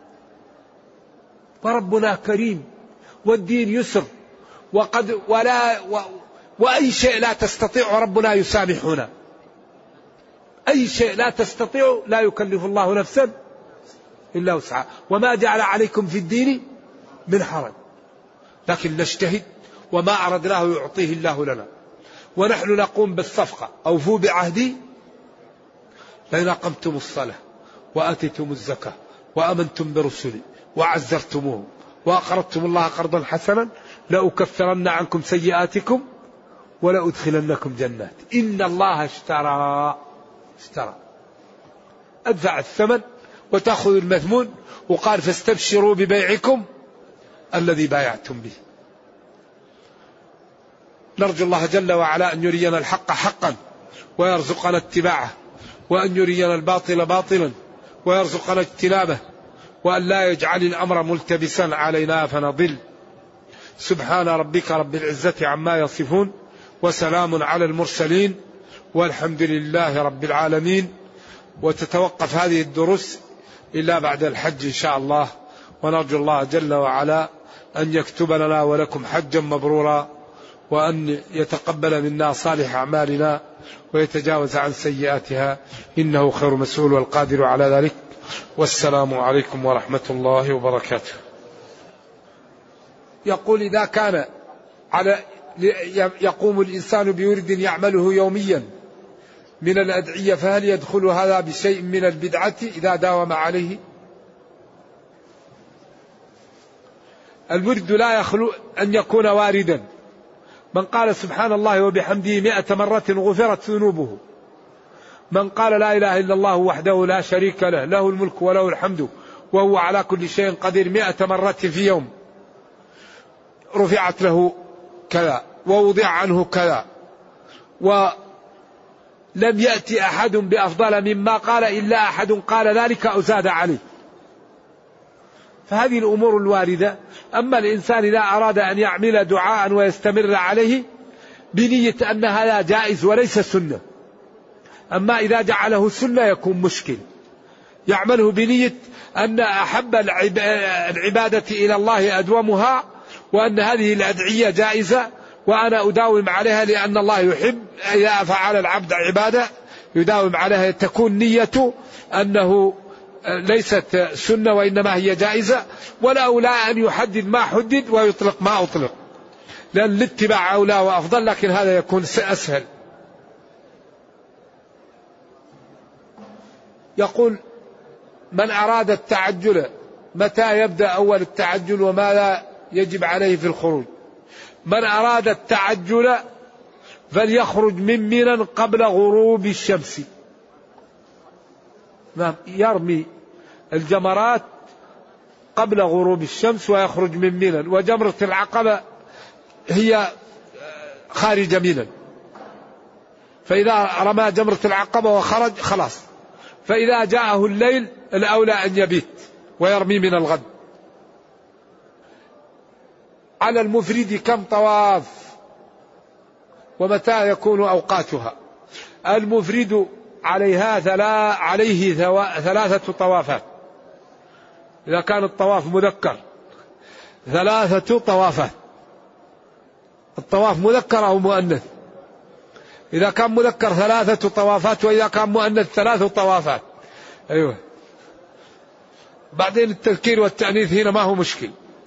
وربنا كريم والدين يسر، وقد ولا و وأي شيء لا تستطيع ربنا يسامحنا. أي شيء لا تستطيع لا يكلف الله نفسا إلا وسعها، وما جعل عليكم في الدين من حرج، لكن نجتهد وما أردناه يعطيه الله لنا. ونحن نقوم بالصفقة: أوفوا بعهدي لئن أقمتم الصلاة وآتيتم الزكاة وآمنتم برسلي وعزرتموهم وأقرضتم الله قرضا حسنا لأكفرن عنكم سيئاتكم ولأدخلنكم جنات. إن الله اشترى اشترى أدفع الثمن وتأخذ المثمون، وقال: فاستبشروا ببيعكم الذي بايعتم به. نرجو الله جل وعلا أن يرينا الحق حقا ويرزقنا اتباعه، وأن يرينا الباطل باطلا ويرزقنا اجتنابه، وأن لا يجعل الأمر ملتبسا علينا فنضل. سبحان ربك رب العزة عما يصفون، وسلام على المرسلين، والحمد لله رب العالمين. وتتوقف هذه الدروس إلا بعد الحج إن شاء الله، ونرجو الله جل وعلا أن يكتب لنا ولكم حجا مبرورا، وأن يتقبل منا صالح أعمالنا ويتجاوز عن سيئاتها، إنه خير مسؤول والقادر على ذلك. والسلام عليكم ورحمة الله وبركاته. يقول: إذا كان على يقوم الإنسان بورد يعمله يوميا من الأدعية، فهل يدخل هذا بشيء من البدعة إذا داوم عليه؟ الورد لا يخلو أن يكون واردا. من قال سبحان الله وبحمده مئة مرة غفرت ذنوبه. من قال لا إله إلا الله وحده لا شريك له له الملك وله الحمد وهو على كل شيء قدير مئة مرة في يوم رفعت له كذا ووضع عنه كذا، ولم يأتي أحد بأفضل مما قال إلا أحد قال ذلك أو زاد عليه. فهذه الأمور الواردة. أما الإنسان إذا أراد أن يعمل دعاء ويستمر عليه بنية أن هذا جائز وليس سنة، أما إذا جعله سنة يكون مشكل. يعمله بنية أن أحب العبادة إلى الله أدومها، وأن هذه الأدعية جائزة وأنا أداوم عليها لأن الله يحب إذا فعل العبد عبادة يداوم عليها، تكون نيته أنه ليست سنة وإنما هي جائزة، والأولى أن يحدد ما حدد ويطلق ما أطلق، لأن الاتباع أولى وأفضل، لكن هذا يكون أسهل. يقول: من أراد التعجل متى يبدأ أول التعجل وماذا يجب عليه في الخروج؟ من أراد التعجل فليخرج من منى قبل غروب الشمس. نعم، يرمي الجمرات قبل غروب الشمس ويخرج من منى، وجمرة العقبة هي خارج منى، فإذا رمى جمرة العقبة وخرج خلاص. فإذا جاءه الليل الأولى أن يبيت ويرمي من الغد. على المفرد كم طواف ومتى يكون أوقاتها؟ المفرد عليها ثلا عليه ثلاثة طوافات. إذا كان الطواف مذكر ثلاثة طوافات، الطواف مذكر أو مؤنث. إذا كان مذكر ثلاثة طوافات، وإذا كان مؤنث ثلاث طوافات. أيوة. بعدين التذكير والتأنيث هنا ما هو مشكل.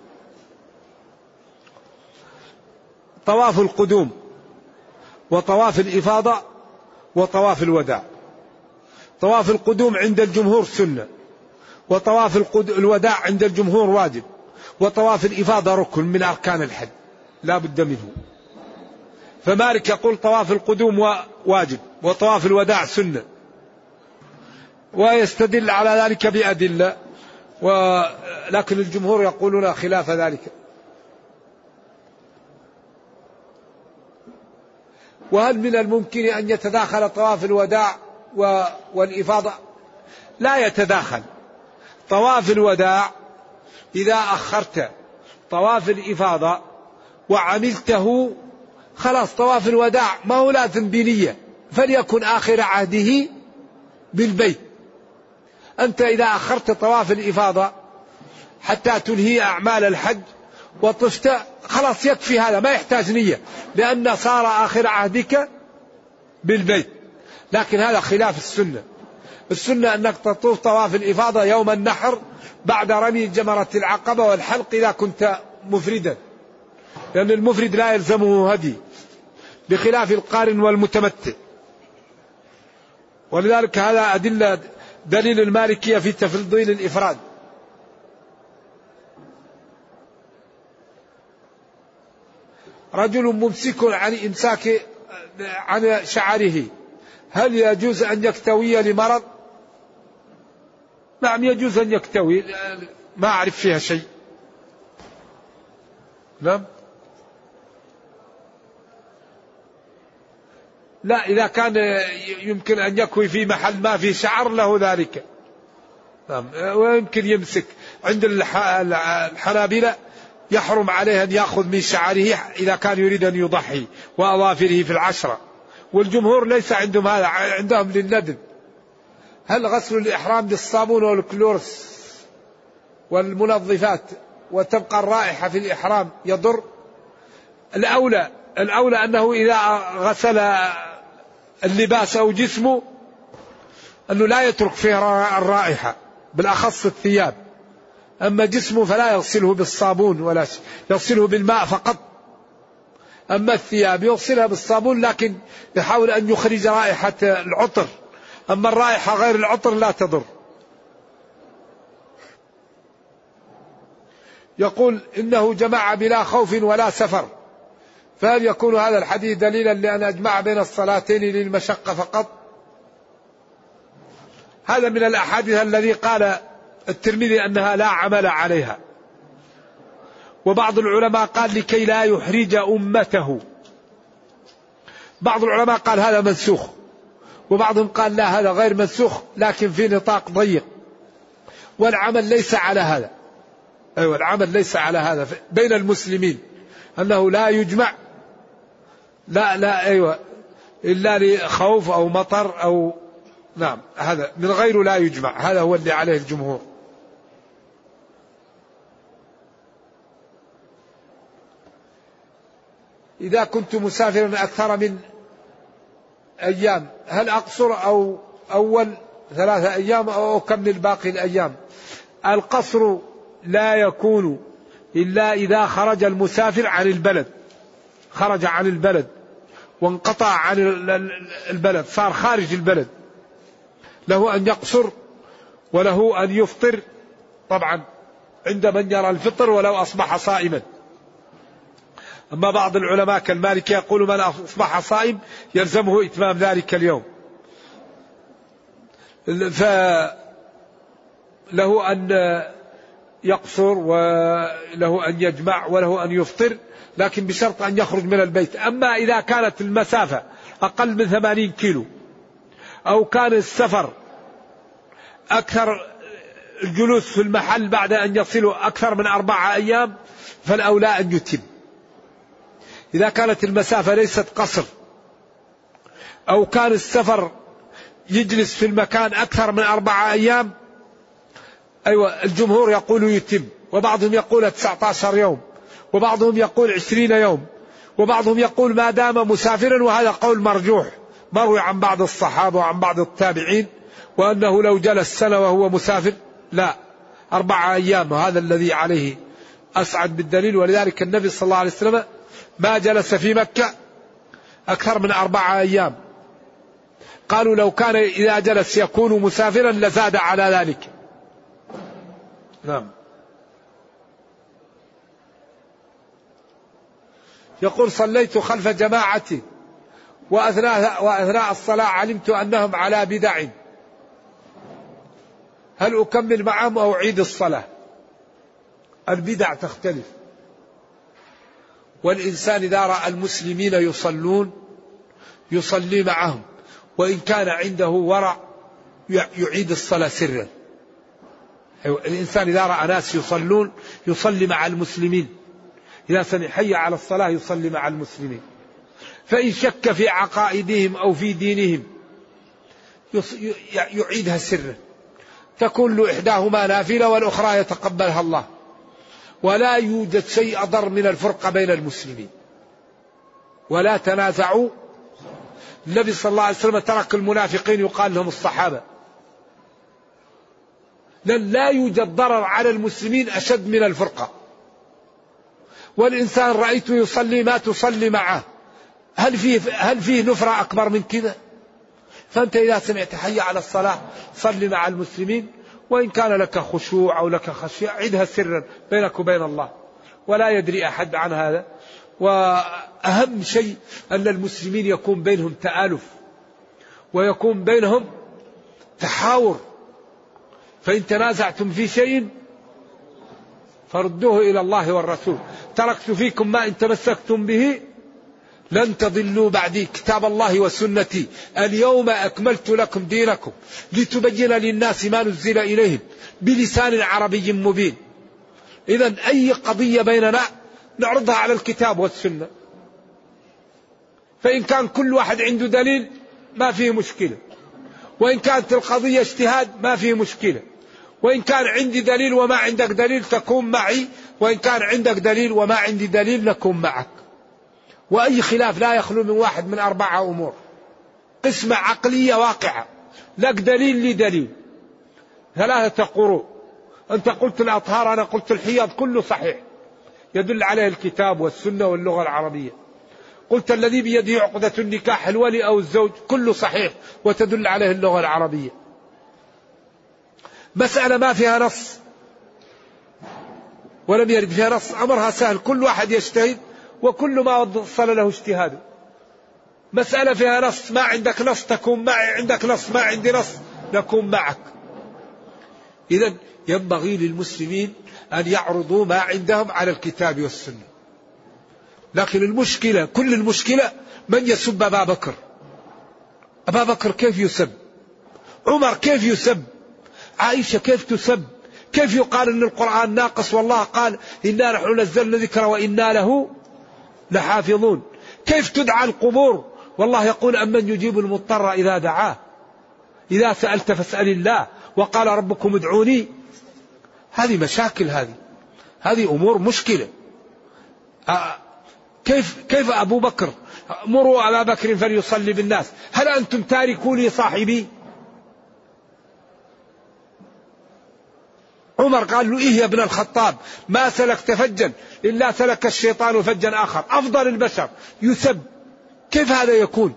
طواف القدوم وطواف الإفاضة وطواف الوداع. طواف القدوم عند الجمهور سنة، وطواف الوداع عند الجمهور واجب، وطواف الإفاضة ركن من أركان الحج لا بد منه. فمالك يقول طواف القدوم واجب وطواف الوداع سنة، ويستدل على ذلك بأدلة، ولكن الجمهور يقولون خلاف ذلك. وهل من الممكن أن يتداخل طواف الوداع والإفاضة؟ لا يتداخل. طواف الوداع إذا أخرت طواف الإفاضة وعملته خلاص طواف الوداع ما هو لازم بنية، فليكن آخر عهده بالبيت. أنت إذا أخرت طواف الإفاضة حتى تنهي أعمال الحج وطفت خلاص يكفي هذا، ما يحتاج نية، لأن صار آخر عهدك بالبيت. لكن هذا خلاف السنة. السنة أنك تطوف طواف الإفاضة يوم النحر بعد رمي جمرة العقبة والحلق إذا كنت مفردا، لأن المفرد لا يلزمه هدي بخلاف القارن والمتمتع. ولذلك هذا أدلة دليل المالكية في تفضيل الإفراد. رجل ممسك عن إمساك عن شعره، هل يجوز أن يكتوي لمرض؟ نعم يجوز أن يكتوي، ما أعرف فيها شيء. نعم لا، إذا كان يمكن أن يكوي في محل ما في شعر له ذلك. نعم ويمكن يمسك. عند الحنابلة يحرم عليه أن يأخذ من شعره إذا كان يريد أن يضحي وأظافره في العشرة، والجمهور ليس عندهم هذا، عندهم للندب. هل غسل الإحرام بالصابون والكلورس والمنظفات وتبقى الرائحة في الإحرام يضر؟ الأولى الأولى أنه إذا غسل اللباس أو جسمه أنه لا يترك فيه الرائحة، بالأخص الثياب. أما جسمه فلا يغسله بالصابون ولا شيء، يغسله بالماء فقط. أما الثياب يغسلها بالصابون لكن يحاول أن يخرج رائحة العطر، أما الرائحة غير العطر لا تضر. يقول إنه جمع بلا خوف ولا سفر، فهل يكون هذا الحديث دليلا لأن أجمع بين الصلاتين للمشقة فقط؟ هذا من الأحاديث الذي قال الترمذي أنها لا عمل عليها. وبعض العلماء قال لكي لا يحرج أمته. بعض العلماء قال هذا منسوخ، وبعضهم قال لا هذا غير منسوخ لكن في نطاق ضيق، والعمل ليس على هذا. أيوة العمل ليس على هذا بين المسلمين، أنه لا يجمع لا لا أيوة إلا لخوف أو مطر أو نعم، هذا من غيره لا يجمع، هذا هو اللي عليه الجمهور. إذا كنت مسافرا أكثر من أيام هل أقصر أو أول ثلاثة أيام أو أكمل باقي الأيام؟ القصر لا يكون إلا إذا خرج المسافر عن البلد، خرج عن البلد وانقطع عن البلد، صار خارج البلد، له أن يقصر وله أن يفطر طبعا عند من يرى الفطر ولو أصبح صائما. أما بعض العلماء كالمالكي يقول من أصبح صائم يلزمه إتمام ذلك اليوم، فله أن يقصر وله أن يجمع وله أن يفطر، لكن بشرط أن يخرج من البيت. أما إذا كانت المسافة أقل من ثمانين كيلو أو كان السفر أكثر، الجلوس في المحل بعد أن يصلوا أكثر من أربعة أيام، فالأولى أن يتم. إذا كانت المسافة ليست قصر أو كان السفر يجلس في المكان أكثر من أربعة أيام، أيوة الجمهور يقول يتم، وبعضهم يقول تسعة عشر يوم، وبعضهم يقول عشرين يوم، وبعضهم يقول ما دام مسافرا، وهذا قول مرجوح مروي عن بعض الصحابة وعن بعض التابعين، وأنه لو جلس سنة وهو مسافر لا، أربعة أيام، وهذا الذي عليه أسعد بالدليل. ولذلك النبي صلى الله عليه وسلم ما جلس في مكة أكثر من أربعة أيام. قالوا لو كان إذا جلس يكون مسافرا لزاد على ذلك. نعم. يقول صليت خلف جماعة وأثناء, وأثناء الصلاة علمت أنهم على بدع، هل أكمل معهم أو أعيد الصلاة؟ البدع تختلف، والإنسان إذا رأى المسلمين يصلون يصلي معهم، وإن كان عنده ورع يعيد الصلاة سرا. الإنسان إذا رأى ناس يصلون يصلي مع المسلمين، إذا سمع حي على الصلاة يصلي مع المسلمين. فإن شك في عقائدهم أو في دينهم يعيدها سرا، تكون له إحداهما نافلة والأخرى يتقبلها الله. ولا يوجد شيء أضر من الفرقة بين المسلمين. ولا تنازعوا. النبي صلى الله عليه وسلم ترك المنافقين يقال لهم الصحابة، لأن لا يوجد ضرر على المسلمين أشد من الفرقة. والإنسان رأيته يصلي ما تصلي معه، هل فيه, هل فيه نفرة أكبر من كذا؟ فأنت إذا سمعت حي على الصلاة صلي مع المسلمين، وإن كان لك خشوع أو لك خشية عدها سرا بينك وبين الله، ولا يدري أحد عن هذا. وأهم شيء أن المسلمين يكون بينهم تآلف ويكون بينهم تحاور. فإن تنازعتم في شيء فردوه إلى الله والرسول. تركت فيكم ما إن تمسكتم به لن تضلوا بعدي كتاب الله وسنتي اليوم أكملت لكم دينكم لتبين للناس ما نزل إليهم بلسان عربي مبين. إذن أي قضية بيننا نعرضها على الكتاب والسنة، فإن كان كل واحد عنده دليل ما فيه مشكلة، وإن كانت القضية اجتهاد ما فيه مشكلة، وإن كان عندي دليل وما عندك دليل تكون معي، وإن كان عندك دليل وما عندي دليل نكون معك. وأي خلاف لا يخلو من واحد من أربعة أمور: قسمة عقلية واقعة، لك دليل لي دليل، ثلاثة قروء، أنت قلت الأطهار أنا قلت الحيض، كله صحيح يدل عليه الكتاب والسنة واللغة العربية. قلت الذي بيده عقدة النكاح الولي أو الزوج، كله صحيح وتدل عليه اللغة العربية. مسألة ما فيها نص ولم يرد فيها نص أمرها سهل، كل واحد يجتهد وكل ما وصل له اجتهاده. مسألة فيها نص ما عندك نص تكون معي، عندك نص ما عندي نص نكون معك. إذن ينبغي للمسلمين أن يعرضوا ما عندهم على الكتاب والسنة. لكن المشكلة كل المشكلة من يسب أبا بكر. أبا بكر كيف يسب؟ عمر كيف يسب؟ عائشة كيف تسب؟ كيف يقال أن القرآن ناقص والله قال إنا نحن نزلنا ذكر وإنا له لحافظون؟ كيف تدعى القبور والله يقول أمن يجيب المضطر إذا دعاه؟ إذا سألت فاسأل الله وقال ربكم ادعوني. هذه مشاكل، هذه هذه أمور مشكلة. آه كيف كيف أبو بكر مروا أبا بكر فليصلي بالناس، هل أنتم تاركوا لي صاحبي؟ عمر قال له إيه يا ابن الخطاب ما سلكت فجا إلا سلك الشيطان فجا آخر، أفضل البشر يسب. كيف هذا يكون؟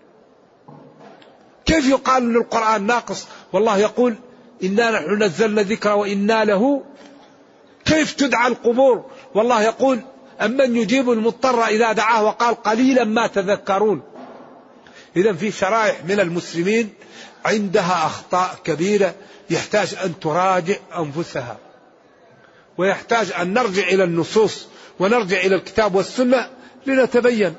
كيف يقال أن القرآن ناقص والله يقول إنا نحن نزلنا ذكر وإنا له؟ كيف تدعى القبور والله يقول أمن يجيب المضطر إذا دعاه وقال قليلا ما تذكرون؟ إذن في شرائح من المسلمين عندها أخطاء كبيرة يحتاج أن تراجع أنفسها، ويحتاج أن نرجع إلى النصوص ونرجع إلى الكتاب والسنة لنتبين.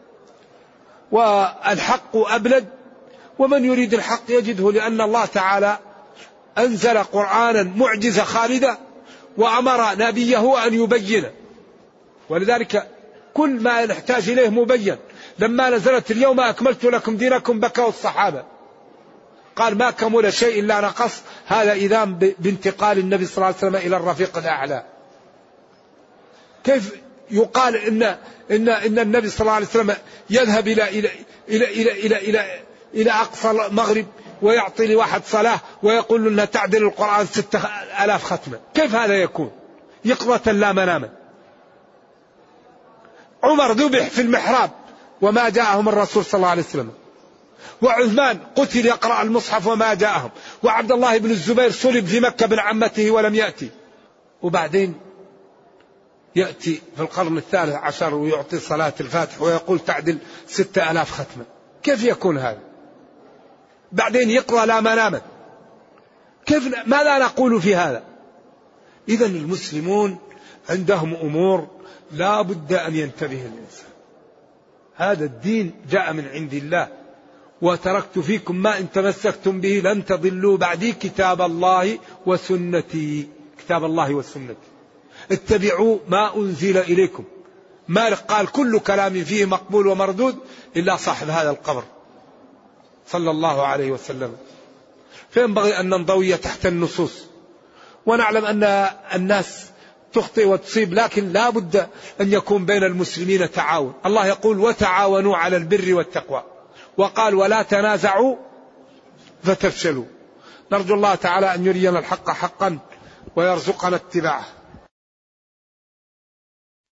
والحق أبلد، ومن يريد الحق يجده، لأن الله تعالى أنزل قرآنا معجزة خالدة وأمر نبيه أن يبين، ولذلك كل ما نحتاج إليه مبين. لما نزلت اليوم أكملت لكم دينكم بكوا الصحابة، قال ما كمل شيء إلا نقص. هذا إذان بانتقال النبي صلى الله عليه وسلم إلى الرفيق الأعلى. كيف يقال إن إن إن النبي صلى الله عليه وسلم يذهب إلى إلى إلى إلى إلى إلى, إلى أقصى المغرب ويعطي لواحد صلاة ويقول له أنها تعدل القرآن ستة آلاف ختمة؟ كيف هذا يكون؟ يقظة لا مناما. عمر ذبح في المحراب وما جاءهم الرسول صلى الله عليه وسلم، وعثمان قتل يقرأ المصحف وما جاءهم، وعبد الله بن الزبير صلب في مكة بن عمته ولم يأتي. وبعدين يأتي في القرن الثالث عشر ويعطي صلاة الفاتح ويقول تعدل ستة آلاف ختمة. كيف يكون هذا؟ بعدين يقرأ لا مناما. كيف ماذا نقول في هذا؟ إذن المسلمون عندهم أمور لا بد أن ينتبه الإنسان. هذا الدين جاء من عند الله، وتركت فيكم ما إن تمسكتم به لن تضلوا بعدي كتاب الله وسنتي. كتاب الله وسنتي اتبعوا ما أنزل إليكم. مالك قال كل كلام فيه مقبول ومردود إلا صاحب هذا القبر صلى الله عليه وسلم. فينبغي أن ننضوي تحت النصوص، ونعلم أن الناس تخطئ وتصيب، لكن لا بد أن يكون بين المسلمين تعاون. الله يقول وتعاونوا على البر والتقوى، وقال ولا تنازعوا فتفشلوا. نرجو الله تعالى أن يرينا الحق حقا ويرزقنا اتباعه.